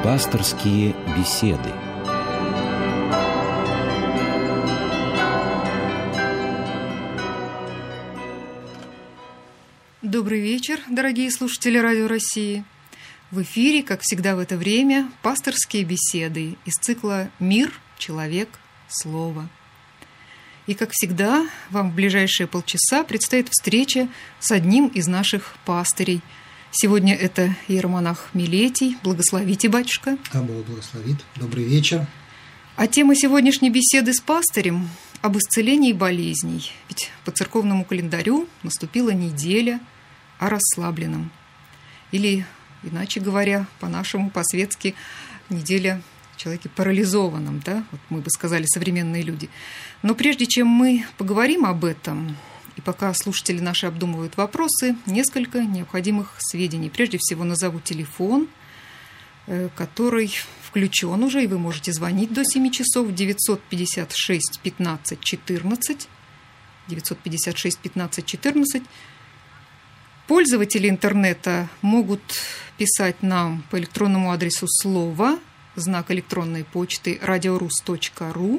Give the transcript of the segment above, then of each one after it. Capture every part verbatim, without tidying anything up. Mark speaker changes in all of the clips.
Speaker 1: Пасторские беседы.
Speaker 2: Добрый вечер, дорогие слушатели Радио России. В эфире, как всегда в это время, пасторские беседы из цикла «Мир, человек, слово». И, как всегда, вам в ближайшие полчаса предстоит встреча с одним из наших пастырей. Сегодня это иеромонах Милетий. Благословите, батюшка.
Speaker 3: Да, Бог благословит. Добрый вечер.
Speaker 2: А тема сегодняшней беседы с пастырем – об исцелении болезней. Ведь по церковному календарю наступила неделя о расслабленном. Или, иначе говоря, по-нашему, по-светски, неделя о человеке парализованном, да? Вот мы бы сказали, современные люди. Но прежде чем мы поговорим об этом, и пока слушатели наши обдумывают вопросы, несколько необходимых сведений. Прежде всего назову телефон, который включен уже, и вы можете звонить до семи часов, девятьсот пятьдесят шесть пятнадцать четырнадцать, девятьсот пятьдесят шесть пятнадцать четырнадцать. Пользователи интернета могут писать нам по электронному адресу слово, знак электронной почты радиорус точка ру,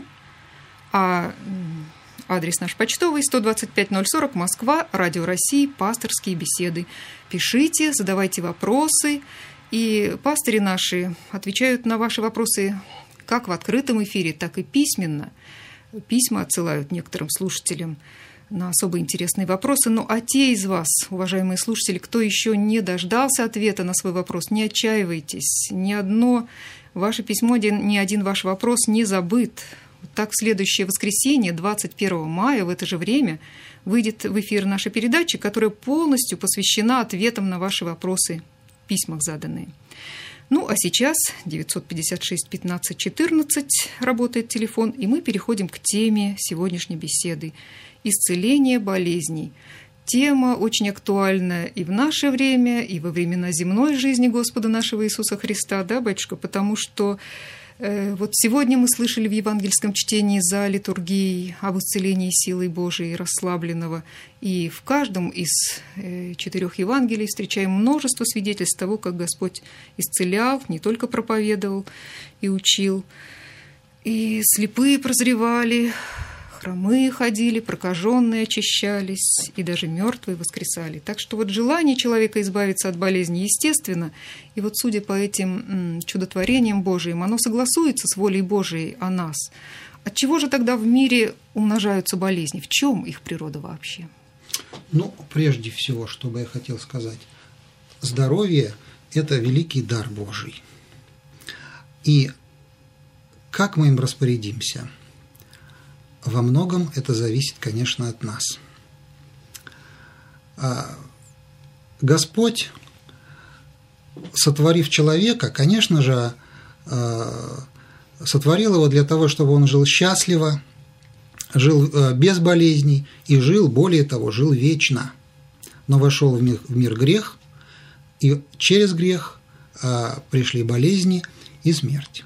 Speaker 2: а адрес наш почтовый сто двадцать пять ноль сорок, Москва, Радио России, пасторские беседы. Пишите, задавайте вопросы, и пастыри наши отвечают на ваши вопросы как в открытом эфире, так и письменно. Письма отсылают некоторым слушателям на особо интересные вопросы. Ну, а те из вас, уважаемые слушатели, кто еще не дождался ответа на свой вопрос, не отчаивайтесь. Ни одно ваше письмо, ни один ваш вопрос не забыт. Так, в следующее воскресенье, двадцать первого мая, в это же время, выйдет в эфир наша передача, которая полностью посвящена ответам на ваши вопросы в письмах заданные. Ну, а сейчас девятьсот пятьдесят шесть пятнадцать четырнадцать работает телефон, и мы переходим к теме сегодняшней беседы – исцеление болезней. Тема очень актуальная и в наше время, и во времена земной жизни Господа нашего Иисуса Христа, да, батюшка, потому что э, вот сегодня мы слышали в евангельском чтении за литургией об исцелении силой Божией расслабленного, и в каждом из э, четырех Евангелий встречаем множество свидетельств того, как Господь исцелял, не только проповедовал и учил, и слепые прозревали, хромые ходили, прокаженные очищались, и даже мертвые воскресали. Так что вот желание человека избавиться от болезни естественно, и вот судя по этим чудотворениям Божиим, оно согласуется с волей Божией о нас. Отчего же тогда в мире умножаются болезни? В чем их природа вообще?
Speaker 3: Ну, прежде всего, что бы я хотел сказать, здоровье – это великий дар Божий. И как мы им распорядимся? Во многом это зависит, конечно, от нас. Господь, сотворив человека, конечно же, сотворил его для того, чтобы он жил счастливо, жил без болезней и жил, более того, жил вечно. Но вошел в мир, в мир грех, и через грех пришли болезни и смерть.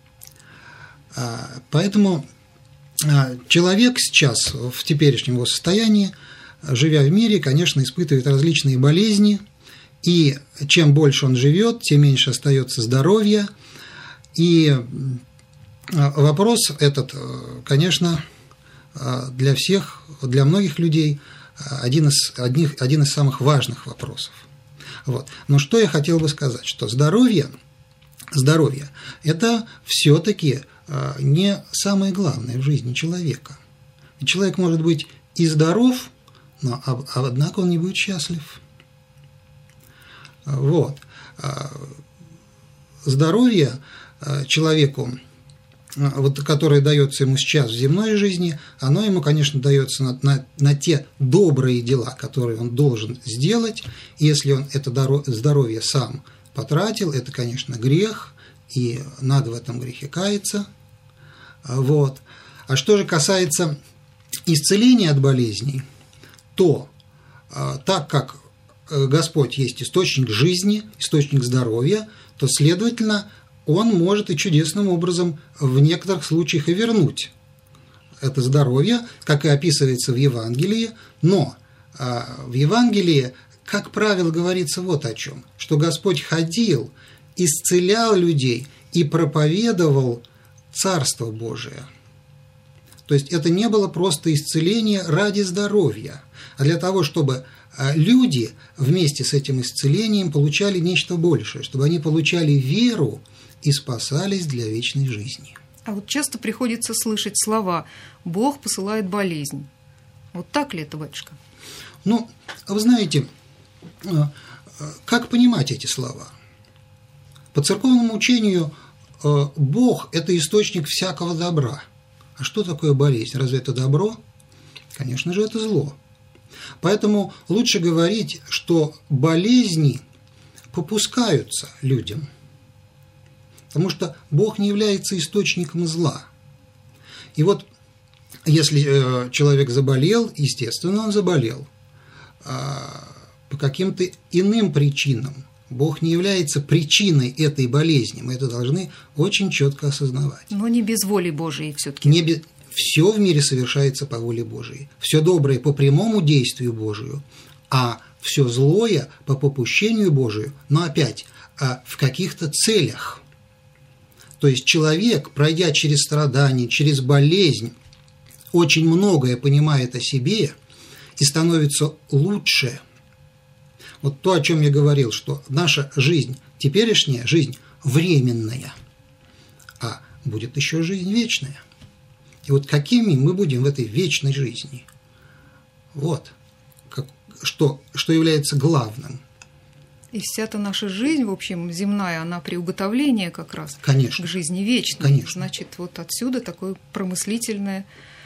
Speaker 3: Поэтому человек сейчас в теперешнем его состоянии, живя в мире, конечно, испытывает различные болезни, и чем больше он живет, тем меньше остается здоровья. И вопрос этот, конечно, для всех, для многих людей один из, одних, один из самых важных вопросов. Вот. Но что я хотел бы сказать, что здоровье, здоровье – это все-таки не самое главное в жизни человека. Человек может быть и здоров, но, однако, он не будет счастлив. Вот. Здоровье человеку, вот, которое дается ему сейчас в земной жизни, оно ему, конечно, дается на, на, на те добрые дела, которые он должен сделать. И если он это здоровье сам потратил, это, конечно, грех, и надо в этом грехе каяться. Вот. А что же касается исцеления от болезней, то так как Господь есть источник жизни, источник здоровья, то, следовательно, Он может и чудесным образом в некоторых случаях и вернуть это здоровье, как и описывается в Евангелии, но в Евангелии, как правило, говорится вот о чем, что Господь ходил, исцелял людей и проповедовал Царство Божие. То есть это не было просто исцеление ради здоровья, а для того, чтобы люди вместе с этим исцелением получали нечто большее, чтобы они получали веру и спасались для вечной жизни.
Speaker 2: А вот часто приходится слышать слова «Бог посылает болезнь». Вот так ли это, батюшка?
Speaker 3: Ну, вы знаете, как понимать эти слова? По церковному учению Бог – это источник всякого добра. А что такое болезнь? Разве это добро? Конечно же, это зло. Поэтому лучше говорить, что болезни попускаются людям, потому что Бог не является источником зла. И вот если человек заболел, естественно, он заболел по каким-то иным причинам. Бог не является причиной этой болезни. Мы это должны очень четко осознавать.
Speaker 2: Но не без воли Божией все-таки.
Speaker 3: Не без... Все в мире совершается по воле Божией. Все доброе по прямому действию Божию, а все злое по попущению Божию, но опять в каких-то целях. То есть человек, пройдя через страдания, через болезнь, очень многое понимает о себе и становится лучше. Вот то, о чем я говорил, что наша жизнь, теперешняя жизнь временная, а будет еще жизнь вечная. И вот какими мы будем в этой вечной жизни? Вот, как, что, что является главным.
Speaker 2: И вся-то наша жизнь, в общем, земная, она приуготовление как раз
Speaker 3: Конечно.
Speaker 2: К жизни вечной.
Speaker 3: Конечно.
Speaker 2: Значит, вот отсюда такое промыслительное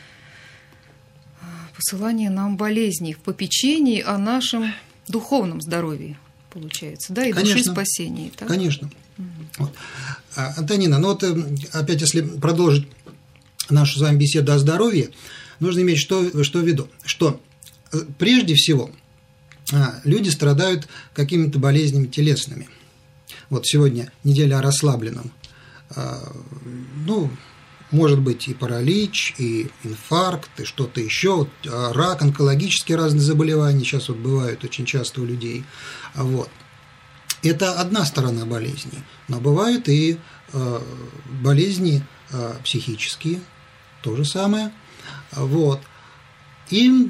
Speaker 2: посылание нам болезней в попечении о нашем духовном здоровье, получается, да, и
Speaker 3: Конечно.
Speaker 2: Души спасении. Так?
Speaker 3: Конечно. Угу. Вот. Антонина, ну вот опять, если продолжить нашу с вами беседу о здоровье, нужно иметь что, что в виду, что прежде всего люди страдают какими-то болезнями телесными. Вот сегодня неделя о расслабленном. Ну, может быть и паралич, и инфаркт, и что-то еще, вот, рак, онкологические разные заболевания сейчас вот бывают очень часто у людей. Вот. Это одна сторона болезни, но бывают и э, болезни э, психические, то же самое. Вот. И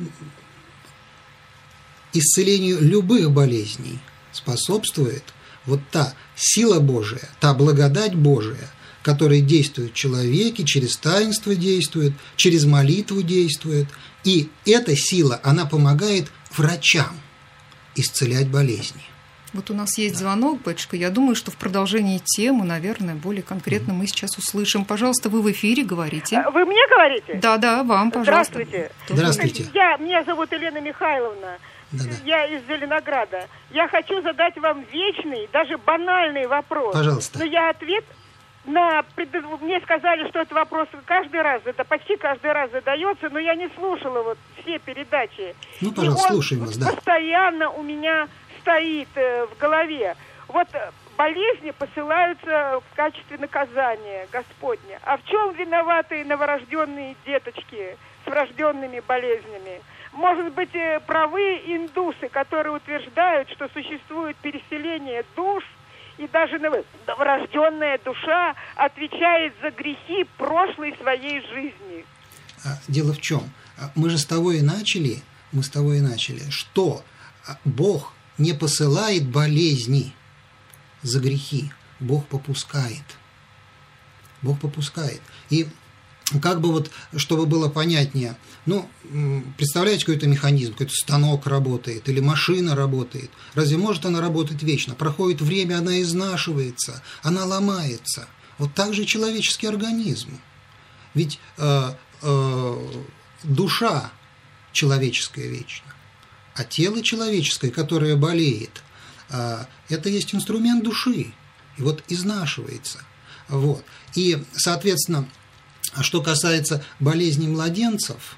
Speaker 3: исцелению любых болезней способствует вот та сила Божия, та благодать Божия, которая действует в человеке, через таинство действует, через молитву действует. И эта сила, она помогает врачам исцелять болезни.
Speaker 2: Вот у нас есть звонок, батюшка. Я думаю, что в продолжении темы, наверное, более конкретно мы сейчас услышим. Пожалуйста, вы в эфире говорите.
Speaker 4: Вы мне говорите?
Speaker 2: Да, да, вам, пожалуйста.
Speaker 4: Здравствуйте.
Speaker 3: Здравствуйте.
Speaker 4: Я, меня зовут Елена Михайловна.
Speaker 3: Да-да.
Speaker 4: Я из Зеленограда. Я хочу задать вам вечный, даже банальный вопрос.
Speaker 3: Пожалуйста.
Speaker 4: Но я ответ на... Мне сказали, что этот вопрос каждый раз, это почти каждый раз задается, но я не слушала вот все передачи.
Speaker 3: Ну, пожалуйста,
Speaker 4: И он
Speaker 3: слушаем вас, да.
Speaker 4: постоянно у меня стоит э, в голове. Вот болезни посылаются в качестве наказания Господня. А в чем виноваты новорожденные деточки с врожденными болезнями? Может быть, правы индусы, которые утверждают, что существует переселение душ, и даже новорожденная душа отвечает за грехи прошлой своей жизни.
Speaker 3: Дело в чем? Мы же с того и начали, мы с того и начали, что Бог не посылает болезни за грехи, Бог попускает. Бог попускает. И как бы вот, чтобы было понятнее, ну, представляете, какой-то механизм, какой-то станок работает или машина работает. Разве может она работать вечно? Проходит время, она изнашивается, она ломается. Вот так же и человеческий организм. Ведь э, э, душа человеческая вечна, а тело человеческое, которое болеет, э, это есть инструмент души. И вот изнашивается. Вот. И, соответственно, что касается болезней младенцев,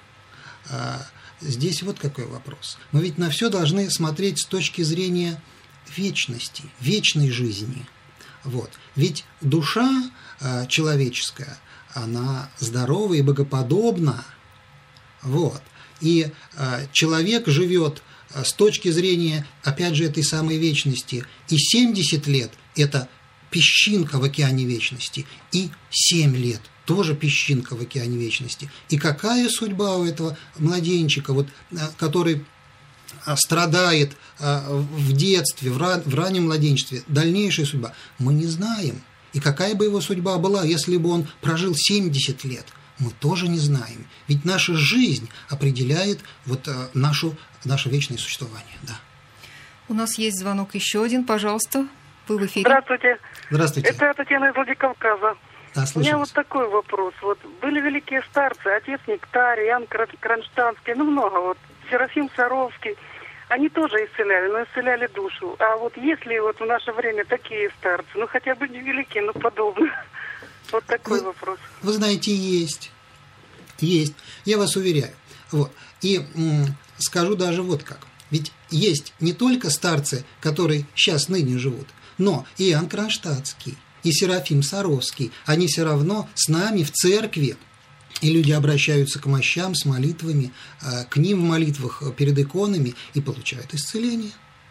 Speaker 3: здесь вот какой вопрос. Мы ведь на все должны смотреть с точки зрения вечности, вечной жизни. Вот. Ведь душа человеческая, она здорова и богоподобна. Вот. И человек живет с точки зрения, опять же, этой самой вечности. И семьдесят лет – это песчинка в океане вечности, и семь лет, тоже песчинка в океане вечности. И какая судьба у этого младенчика, вот, который страдает в детстве, в раннем младенчестве, дальнейшая судьба, мы не знаем. И какая бы его судьба была, если бы он прожил семьдесят лет, мы тоже не знаем. Ведь наша жизнь определяет вот нашу, наше вечное существование. Да.
Speaker 2: У нас есть звонок еще один, пожалуйста, вы в эфире.
Speaker 5: Здравствуйте.
Speaker 3: Здравствуйте.
Speaker 5: Это Татьяна из Владикавказа.
Speaker 3: Да,
Speaker 5: у меня вот такой вопрос. Вот были великие старцы, отец Нектарий, Иоанн Кронштадтский, ну много, вот Серафим Саровский. Они тоже исцеляли, но исцеляли душу. А вот если вот в наше время такие старцы, ну хотя бы не великие, но подобные. Вот такой
Speaker 3: вы,
Speaker 5: вопрос.
Speaker 3: Вы знаете, есть. Есть. Я вас уверяю. Вот. И м, скажу даже вот как. Ведь есть не только старцы, которые сейчас ныне живут, но и Иоанн Кронштадтский, и Серафим Саровский. Они все равно с нами в церкви. И люди обращаются к мощам с молитвами, к ним в молитвах перед иконами и получают исцеление.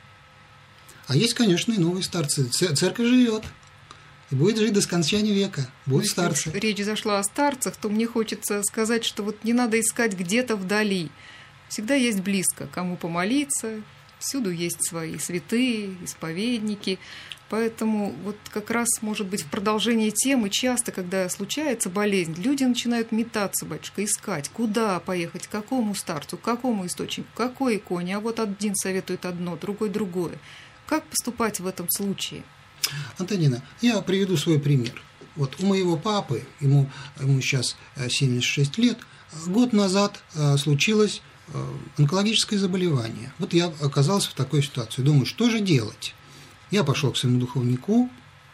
Speaker 3: А есть, конечно, и новые старцы. Церковь живет. И будет жить до скончания века. Будут
Speaker 2: Если
Speaker 3: старцы.
Speaker 2: Речь зашла о старцах, то мне хочется сказать, что вот не надо искать где-то вдали. Всегда есть близко, кому помолиться. Всюду есть свои святые, исповедники. Поэтому вот как раз, может быть, в продолжении темы часто, когда случается болезнь, люди начинают метаться, батюшка, искать, куда поехать, к какому старцу, к какому источнику, к какой иконе. А вот один советует одно, другой другое. Как поступать в этом случае?
Speaker 3: Антонина, я приведу свой пример. Вот у моего папы, ему, ему сейчас семьдесят шесть лет, год назад случилось онкологическое заболевание. Вот я оказался в такой ситуации. Думаю, что же делать? Я пошел к своему духовнику,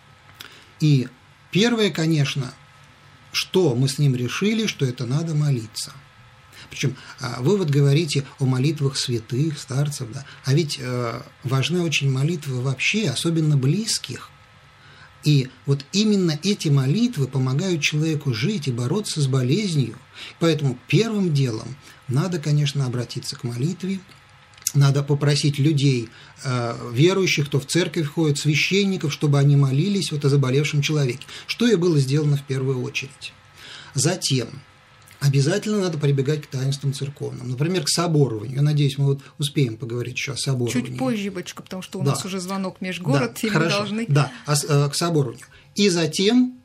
Speaker 3: и первое, конечно, что мы с ним решили, что это надо молиться. Причем вы вот говорите о молитвах святых, старцев, да, а ведь э, важны очень молитвы вообще, особенно близких. И вот именно эти молитвы помогают человеку жить и бороться с болезнью. Поэтому первым делом надо, конечно, обратиться к молитве. Надо попросить людей, верующих, кто в церковь ходит, священников, чтобы они молились вот о заболевшем человеке, что и было сделано в первую очередь. Затем обязательно надо прибегать к таинствам церковным, например, к соборованию. Я надеюсь, мы вот успеем поговорить еще о соборовании.
Speaker 2: Чуть позже, батюшка, потому что у
Speaker 3: да.
Speaker 2: нас уже звонок межгород,
Speaker 3: да,
Speaker 2: и
Speaker 3: хорошо.
Speaker 2: мы должны...
Speaker 3: Да, к соборованию. И затем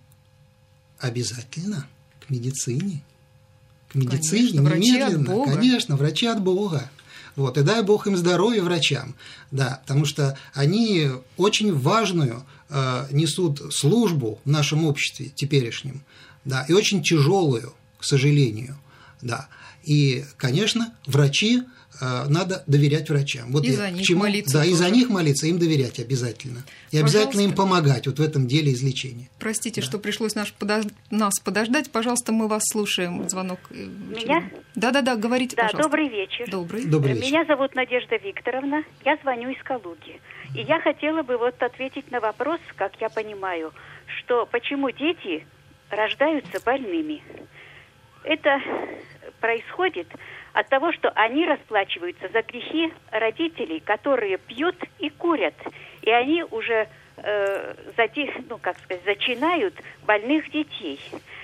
Speaker 3: обязательно к медицине. К медицине,
Speaker 2: конечно, врачи
Speaker 3: немедленно.
Speaker 2: От Бога.
Speaker 3: Конечно, врачи от Бога. Вот, и дай Бог им здоровья, врачам, да, потому что они очень важную э, несут службу в нашем обществе теперешнем, да, и очень тяжелую, к сожалению, да. И, конечно, врачи, э, надо доверять врачам. Вот
Speaker 2: и за них
Speaker 3: чему,
Speaker 2: молиться.
Speaker 3: Да,
Speaker 2: тоже.
Speaker 3: и за них молиться, им доверять обязательно. И
Speaker 2: Пожалуйста.
Speaker 3: обязательно им помогать вот в этом деле излечения.
Speaker 2: Простите,
Speaker 3: да.
Speaker 2: что пришлось наш подож... нас подождать. Пожалуйста, мы вас слушаем. Звонок.
Speaker 6: Меня?
Speaker 2: Да-да-да, говорите,
Speaker 6: да,
Speaker 2: пожалуйста.
Speaker 6: Добрый вечер.
Speaker 2: Добрый.
Speaker 3: Добрый вечер.
Speaker 6: Меня зовут Надежда Викторовна. Я звоню из Калуги. И я хотела бы вот ответить на вопрос, как я понимаю, что почему дети рождаются больными. Это происходит от того, что они расплачиваются за грехи родителей, которые пьют и курят. И они уже э, зади, ну, как сказать, зачинают больных детей.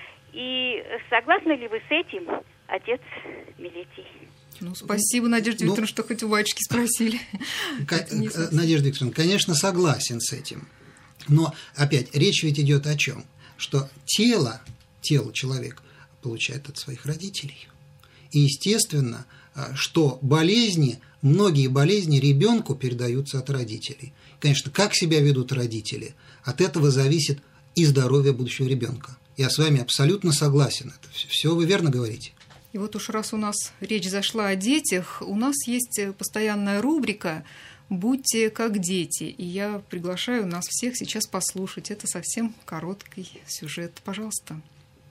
Speaker 6: И согласны ли вы с этим, отец Милетий?
Speaker 2: Ну, спасибо, Надежда ну, Викторовна, что хоть у батюшки спросили.
Speaker 3: К- Надежда Викторовна, конечно, согласен с этим. Но, опять, речь ведь идет о чем? Что тело, тело человека получает от своих родителей. И естественно, что болезни, многие болезни ребенку передаются от родителей. Конечно, как себя ведут родители, от этого зависит и здоровье будущего ребенка. Я с вами абсолютно согласен. Это все вы верно говорите.
Speaker 2: И вот уж раз у нас речь зашла о детях, у нас есть постоянная рубрика «Будьте как дети». И я приглашаю нас всех сейчас послушать. Это совсем короткий сюжет. Пожалуйста.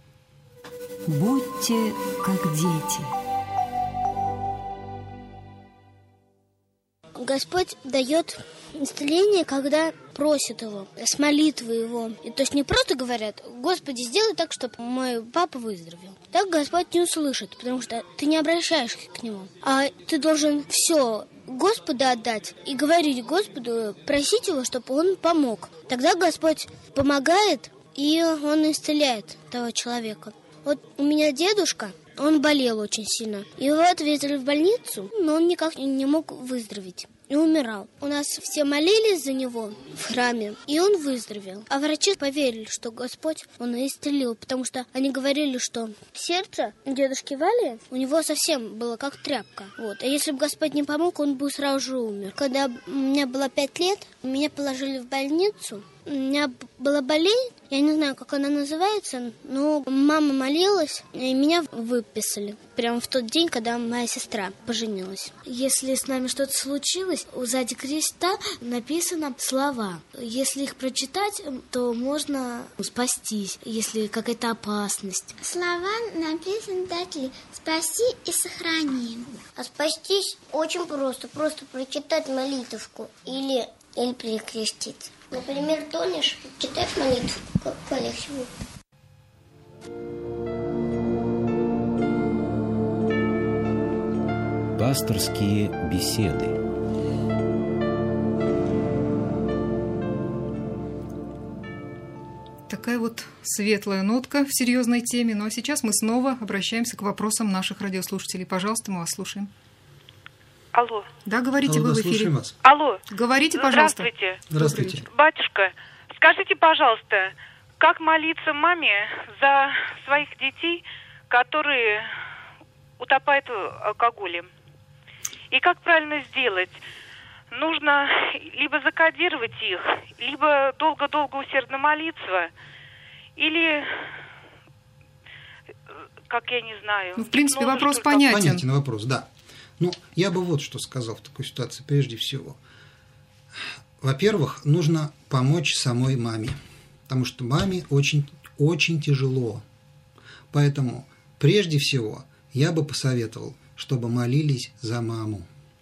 Speaker 7: Будьте как дети. Господь дает исцеление, когда просят его, с молитвы его. И то есть не просто говорят: Господи, сделай так, чтобы мой папа выздоровел. Так Господь не услышит, потому что ты не обращаешься к нему. А ты должен все Господу отдать и говорить Господу, просить его, чтобы он помог. Тогда Господь помогает, и он исцеляет того человека. Вот у меня дедушка, он болел очень сильно. Его отвезли в больницу, но он никак не мог выздороветь. И умирал. У нас все молились за него в храме, и он выздоровел. А врачи поверили, что Господь он исцелил, потому что они говорили, что сердце дедушки Вали у него совсем было как тряпка. Вот. А если бы Господь не помог, он бы сразу же умер. Когда у меня было пять лет, меня положили в больницу. У меня была болезнь, я не знаю, как она называется, но мама молилась, и меня выписали. Прямо в тот день, когда моя сестра поженилась.
Speaker 8: Если с нами что-то случилось, сзади креста написано слова. Если их прочитать, то можно спастись, если какая-то опасность.
Speaker 9: Слова написаны такие: спаси и сохрани.
Speaker 7: А спастись очень просто. Просто прочитать молитвку или, или перекреститься. Например, тонешь, читать молитву, как полегче будет.
Speaker 1: Пасторские беседы.
Speaker 2: Такая вот светлая нотка в серьезной теме. Ну а сейчас мы снова обращаемся к вопросам наших радиослушателей. Пожалуйста, мы вас слушаем.
Speaker 10: Алло.
Speaker 2: Да, говорите. Алло, вы
Speaker 3: да,
Speaker 2: в эфире.
Speaker 3: Вас.
Speaker 10: Алло.
Speaker 2: Говорите, пожалуйста.
Speaker 10: Здравствуйте.
Speaker 3: Здравствуйте.
Speaker 10: Батюшка, скажите, пожалуйста, как молиться маме за своих детей, которые утопают в алкоголе? И как правильно сделать? Нужно либо закодировать их, либо долго-долго усердно молиться, или, как я не знаю...
Speaker 2: Ну, в принципе,
Speaker 10: нужно
Speaker 2: вопрос
Speaker 10: только...
Speaker 2: понятен.
Speaker 3: Понятен вопрос, да. Ну, я бы вот что сказал в такой ситуации прежде всего. Во-первых, нужно помочь самой маме, потому что маме очень, очень тяжело. Поэтому, прежде всего, я бы посоветовал, чтобы молились за маму.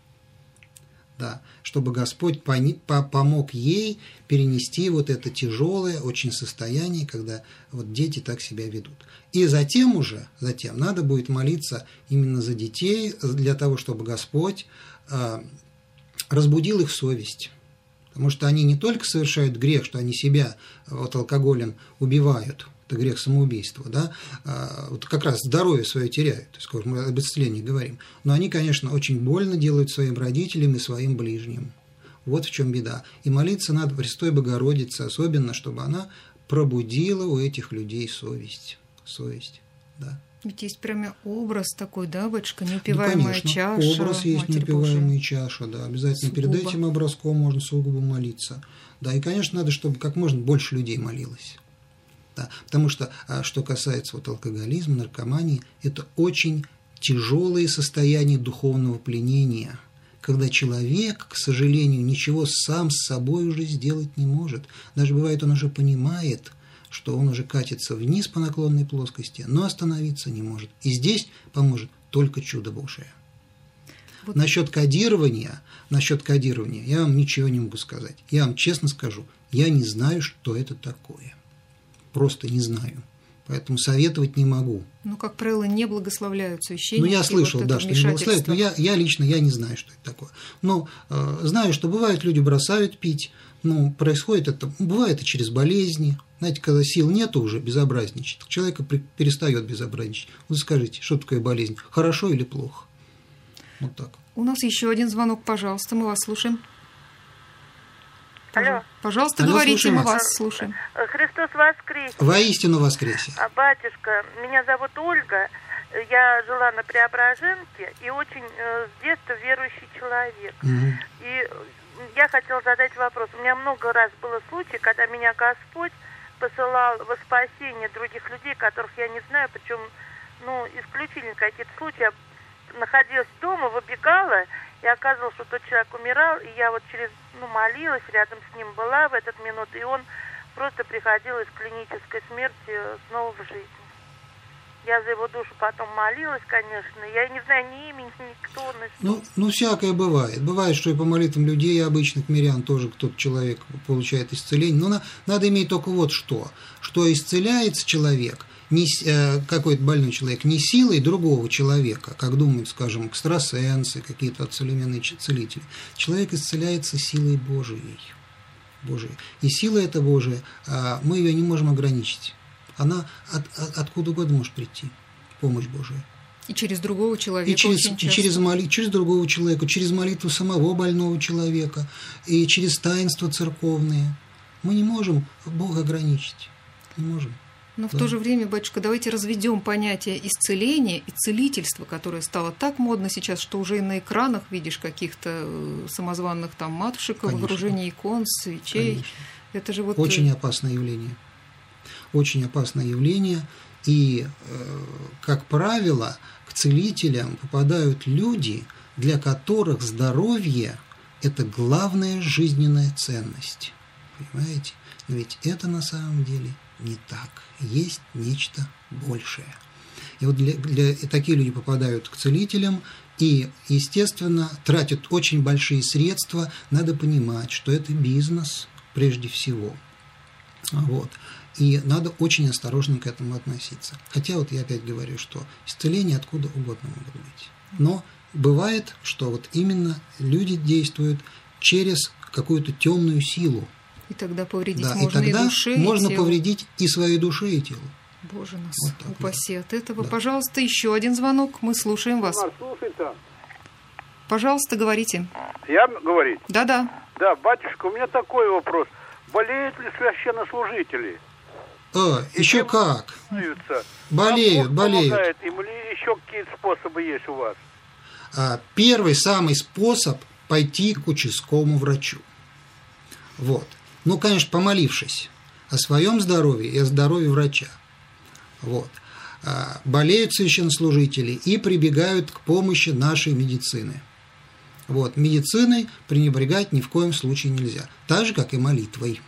Speaker 3: Да, чтобы Господь помог ей перенести вот это тяжелое очень состояние, когда вот дети так себя ведут. И затем уже, затем надо будет молиться именно за детей, для того, чтобы Господь э, разбудил их совесть. Потому что они не только совершают грех, что они себя вот алкоголем убивают, это грех самоубийства, да, вот как раз здоровье свое теряют, то есть, когда мы об исцелении говорим, но они, конечно, очень больно делают своим родителям и своим ближним. Вот в чем беда. И молиться надо Престой Богородице, особенно, чтобы она пробудила у этих людей совесть. Совесть, да.
Speaker 2: Ведь есть прямо образ такой, да, батюшка, неупиваемая
Speaker 3: да, конечно,
Speaker 2: чаша.
Speaker 3: Образ есть неупиваемая чаша, да. Обязательно
Speaker 2: сугубо.
Speaker 3: Перед этим образком можно сугубо молиться. Да, и, конечно, надо, чтобы как можно больше людей молилось. Да, потому что, что касается вот алкоголизма, наркомании, это очень тяжелые состояния духовного пленения, когда человек, к сожалению, ничего сам с собой уже сделать не может. Даже бывает, он уже понимает, что он уже катится вниз по наклонной плоскости, но остановиться не может. И здесь поможет только чудо Божие. Вот. Насчет кодирования, насчет кодирования я вам ничего не могу сказать. Я вам честно скажу, я не знаю, что это такое. Просто не знаю. Поэтому советовать не могу.
Speaker 2: Ну, как правило, не благословляют священники.
Speaker 3: Ну, я слышал,
Speaker 2: вот
Speaker 3: да, что не благословляют, но я, я лично я не знаю, что это такое. Но э, знаю, что бывает, люди бросают пить, ну, происходит это, бывает и через болезни. Знаете, когда сил нету уже безобразничать, человек перестает безобразничать. Вы скажите, что такое болезнь? Хорошо или плохо? Вот так.
Speaker 2: У нас еще один звонок, пожалуйста, мы вас слушаем.
Speaker 10: Алло.
Speaker 2: Пожалуйста,
Speaker 3: Алло,
Speaker 2: говорите, мы
Speaker 3: вас.
Speaker 2: вас слушаем.
Speaker 10: Христос воскресе.
Speaker 3: Воистину воскресе.
Speaker 10: А, батюшка, меня зовут Ольга, я жила на Преображенке и очень э, с детства верующий человек.
Speaker 3: Угу.
Speaker 10: И я хотела задать вопрос. У меня много раз было случаев, когда меня Господь посылал во спасение других людей, которых я не знаю, причем, ну, исключительно какие-то случаи. Я находилась дома, выбегала, и оказывалось, что тот человек умирал, и я вот через, ну, молилась, рядом с ним была в этот минут, и он просто приходил из клинической смерти снова в жизнь. Я за его душу потом молилась, конечно. Я не знаю ни имени, ни кто.
Speaker 3: Ну, ну, всякое бывает. Бывает, что и по молитвам людей, обычных мирян, тоже кто-то человек получает исцеление. Но на, надо иметь только вот что. Что исцеляется человек, не, э, какой-то больной человек, не силой другого человека, как думают, скажем, экстрасенсы, какие-то вот современные целители. Человек исцеляется силой Божией. Божией. И сила эта Божия, э, мы ее не можем ограничить. Она от, от, откуда угодно может прийти, помощь Божия.
Speaker 2: И через другого человека.
Speaker 3: И через, и через, моли, через другого человека, через молитву самого больного человека, и через таинства церковные. Мы не можем Бога ограничить. Не можем.
Speaker 2: Но
Speaker 3: да.
Speaker 2: в то же время, батюшка, давайте разведем понятие исцеления и целительства, которое стало так модно сейчас, что уже и на экранах видишь каких-то самозванных там матушек, в окружении икон, свечей. Конечно. Это же вот...
Speaker 3: Очень опасное явление. Очень опасное явление, и, как правило, к целителям попадают люди, для которых здоровье – это главная жизненная ценность. Понимаете? Но ведь это на самом деле не так. Есть нечто большее. И вот для, для, и такие люди попадают к целителям и, естественно, тратят очень большие средства. Надо понимать, что это бизнес прежде всего. Вот. И надо очень осторожно к этому относиться. Хотя вот я опять говорю, что исцеления откуда угодно могут быть. Но бывает, что вот именно люди действуют через какую-то темную силу.
Speaker 2: И тогда повредить
Speaker 3: да,
Speaker 2: можно
Speaker 3: и, тогда
Speaker 2: и душе,
Speaker 3: можно
Speaker 2: и телу.
Speaker 3: повредить и своей душе, и телу.
Speaker 2: Боже нас
Speaker 3: вот
Speaker 2: упаси
Speaker 3: да.
Speaker 2: от этого.
Speaker 3: Да.
Speaker 2: Пожалуйста, еще один звонок. Мы слушаем вас.
Speaker 11: Слушайте.
Speaker 2: Пожалуйста, говорите.
Speaker 11: Я говорить?
Speaker 2: Да-да.
Speaker 11: Да, батюшка, у меня такой вопрос. Болеют ли священнослужители?
Speaker 3: А,
Speaker 11: и
Speaker 3: еще как?
Speaker 11: Болеют,
Speaker 3: болеют.
Speaker 11: Им ли еще какие-то способы есть у вас?
Speaker 3: А, первый самый способ – пойти к участковому врачу. Вот. Ну, конечно, помолившись о своем здоровье и о здоровье врача. Вот. А, болеют священнослужители и прибегают к помощи нашей медицины. Вот. Медициной пренебрегать ни в коем случае нельзя. Так же, как и молитвой.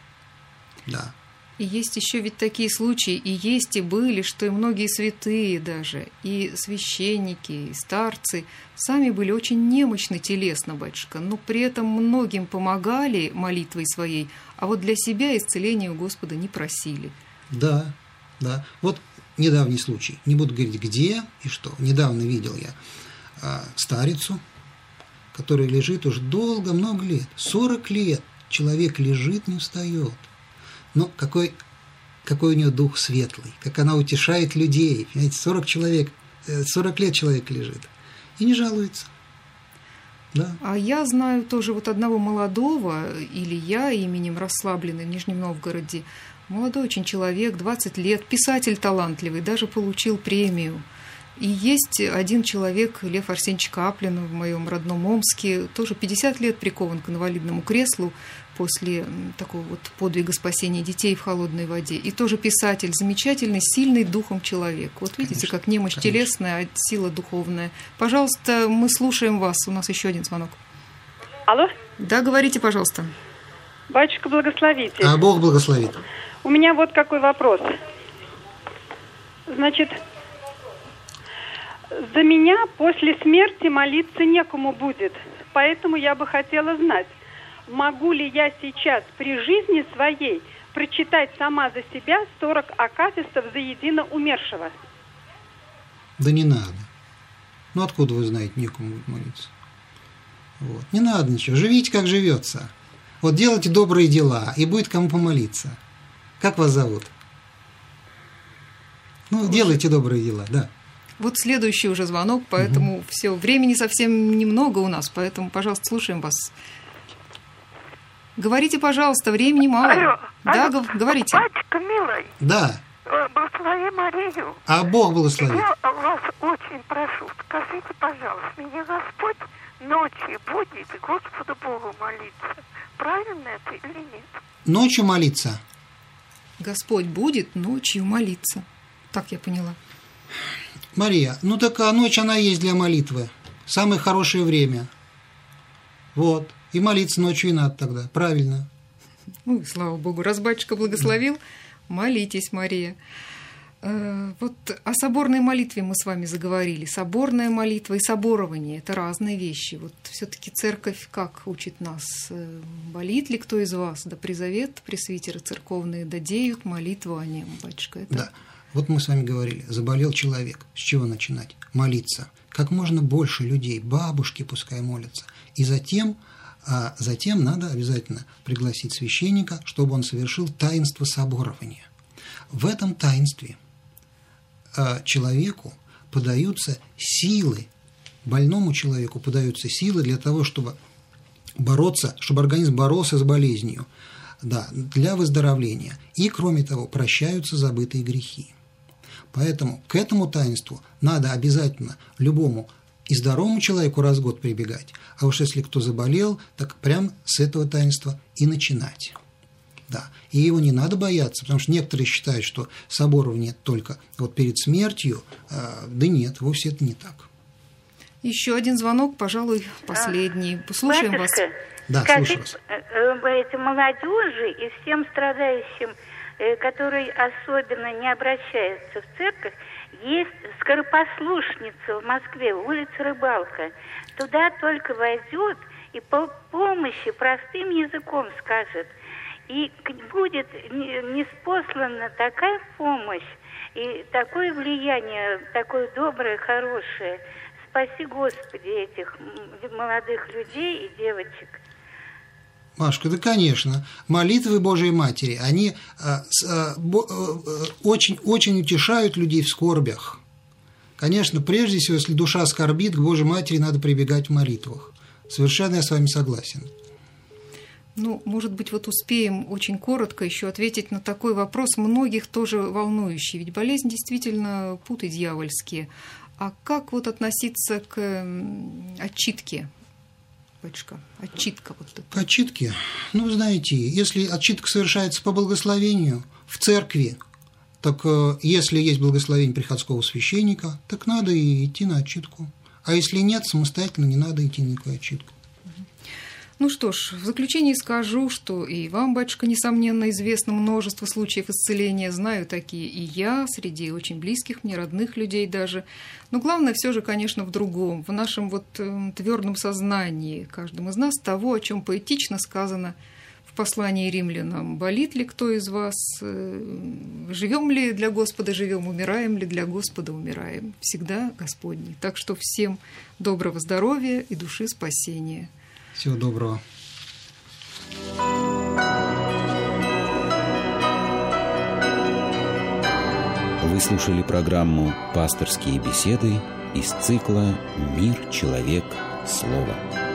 Speaker 3: Да.
Speaker 2: И есть еще ведь такие случаи, и есть, и были, что и многие святые даже, и священники, и старцы сами были очень немощны телесно, батюшка, но при этом многим помогали молитвой своей, а вот для себя исцеления у Господа не просили.
Speaker 3: Да, да. Вот недавний случай, не буду говорить где и что. Недавно видел я а, старицу, которая лежит уже долго, много лет, сорок лет. Человек лежит, не встает. Но какой, какой у нее дух светлый, как она утешает людей. Понимаете, сорок человек, сорок лет человек лежит и не жалуется. Да.
Speaker 2: А я знаю тоже вот одного молодого, или я именем Расслабленный в Нижнем Новгороде, молодой очень человек, двадцать лет, писатель талантливый, даже получил премию. И есть один человек, Лев Арсеньевич Каплин в моем родном Омске, тоже пятьдесят лет прикован к инвалидному креслу после такого вот подвига спасения детей в холодной воде. И тоже писатель, замечательный, сильный духом человек. Вот видите, конечно, как немощь конечно. телесная, а сила духовная. Пожалуйста, мы слушаем вас. У нас еще один звонок.
Speaker 12: Алло?
Speaker 2: Да, говорите, пожалуйста.
Speaker 12: Батюшка, благословите.
Speaker 3: А Бог благословит.
Speaker 12: У меня вот какой вопрос. Значит, за меня после смерти молиться некому будет. Поэтому я бы хотела знать, могу ли я сейчас при жизни своей прочитать сама за себя сорок акафистов за едино умершего?
Speaker 3: Да не надо. Ну, откуда вы знаете, некому будет молиться? Вот. Не надо ничего. Живите, как живется. Вот делайте добрые дела, и будет кому помолиться. Как вас зовут? Ну, Слушай. делайте добрые дела, да.
Speaker 2: Вот следующий уже звонок, поэтому угу. все, времени совсем немного у нас, поэтому, пожалуйста, слушаем вас. Говорите, пожалуйста, времени мало.
Speaker 13: Алло,
Speaker 2: да,
Speaker 13: алло,
Speaker 2: говорите.
Speaker 13: Батюшка милый.
Speaker 3: Да.
Speaker 13: Благослови Марию.
Speaker 3: А Бог благословит.
Speaker 13: Я вас очень прошу, скажите, пожалуйста, меня Господь ночью будет Господу Богу молиться. Правильно это или нет?
Speaker 3: Ночью молиться?
Speaker 2: Господь будет ночью молиться. Так я поняла.
Speaker 3: Мария, ну так а ночь она есть для молитвы. Самое хорошее время. Вот. И молиться ночью и надо тогда. Правильно.
Speaker 2: Ну, слава Богу, раз батюшка благословил, молитесь, Мария. Вот о соборной молитве мы с вами заговорили. Соборная молитва и соборование – это разные вещи. Вот все-таки церковь как учит нас? Болит ли кто из вас? Да призовет пресвитеры церковные, да деют молитву о нем, батюшка. Это...
Speaker 3: Да, вот мы с вами говорили, заболел человек. С чего начинать? Молиться. Как можно больше людей, бабушки пускай молятся. И затем, а затем надо обязательно пригласить священника, чтобы он совершил таинство соборования. В этом таинстве человеку подаются силы, больному человеку подаются силы для того, чтобы бороться, чтобы организм боролся с болезнью, да, для выздоровления. И, кроме того, прощаются забытые грехи. Поэтому к этому таинству надо обязательно любому и здоровому человеку раз в год прибегать, а уж если кто заболел, так прям с этого таинства и начинать. Да. И его не надо бояться, потому что некоторые считают, что соборование только вот перед смертью, да нет, вовсе это не так.
Speaker 2: Еще один звонок, пожалуй, последний. Слушаем
Speaker 14: Батюшка,
Speaker 2: вас.
Speaker 3: Да,
Speaker 14: скажите,
Speaker 3: слушаю вас.
Speaker 14: Эти молодежи и всем страдающим, которые особенно не обращаются в церковь, есть скоропослушница в Москве, улица Рыбалка. Туда только войдет и по помощи простым языком скажет. И будет ниспослана такая помощь и такое влияние, такое доброе, хорошее. Спаси, Господи, этих молодых людей и девочек.
Speaker 3: Машка, да, конечно. Молитвы Божией Матери, они а, а, бо, а, очень, очень утешают людей в скорбях. Конечно, прежде всего, если душа скорбит, к Божьей Матери надо прибегать в молитвах. Совершенно я с вами согласен.
Speaker 2: Ну, может быть, вот успеем очень коротко еще ответить на такой вопрос, многих тоже волнующий. Ведь болезнь действительно путы дьявольские. А как вот относиться к отчитке, батюшка? Отчитка вот эта.
Speaker 3: К отчитке? Ну, вы знаете, если отчитка совершается по благословению в церкви, так если есть благословение приходского священника, так надо и идти на отчитку. А если нет, самостоятельно не надо идти на никакую отчитку.
Speaker 2: Ну что ж, в заключение скажу, что и вам, батюшка, несомненно, известно множество случаев исцеления, знаю такие и я, среди очень близких мне, родных людей даже. Но главное все же, конечно, в другом, в нашем вот твердом сознании, каждым из нас, того, о чем поэтично сказано в послании римлянам. Болит ли кто из вас? Живем ли для Господа, живем, умираем ли для Господа, умираем. Всегда Господний. Так что всем доброго здоровья и души спасения.
Speaker 3: Всего доброго.
Speaker 1: Вы слушали программу «Пасторские беседы» из цикла «Мир, человек, слово».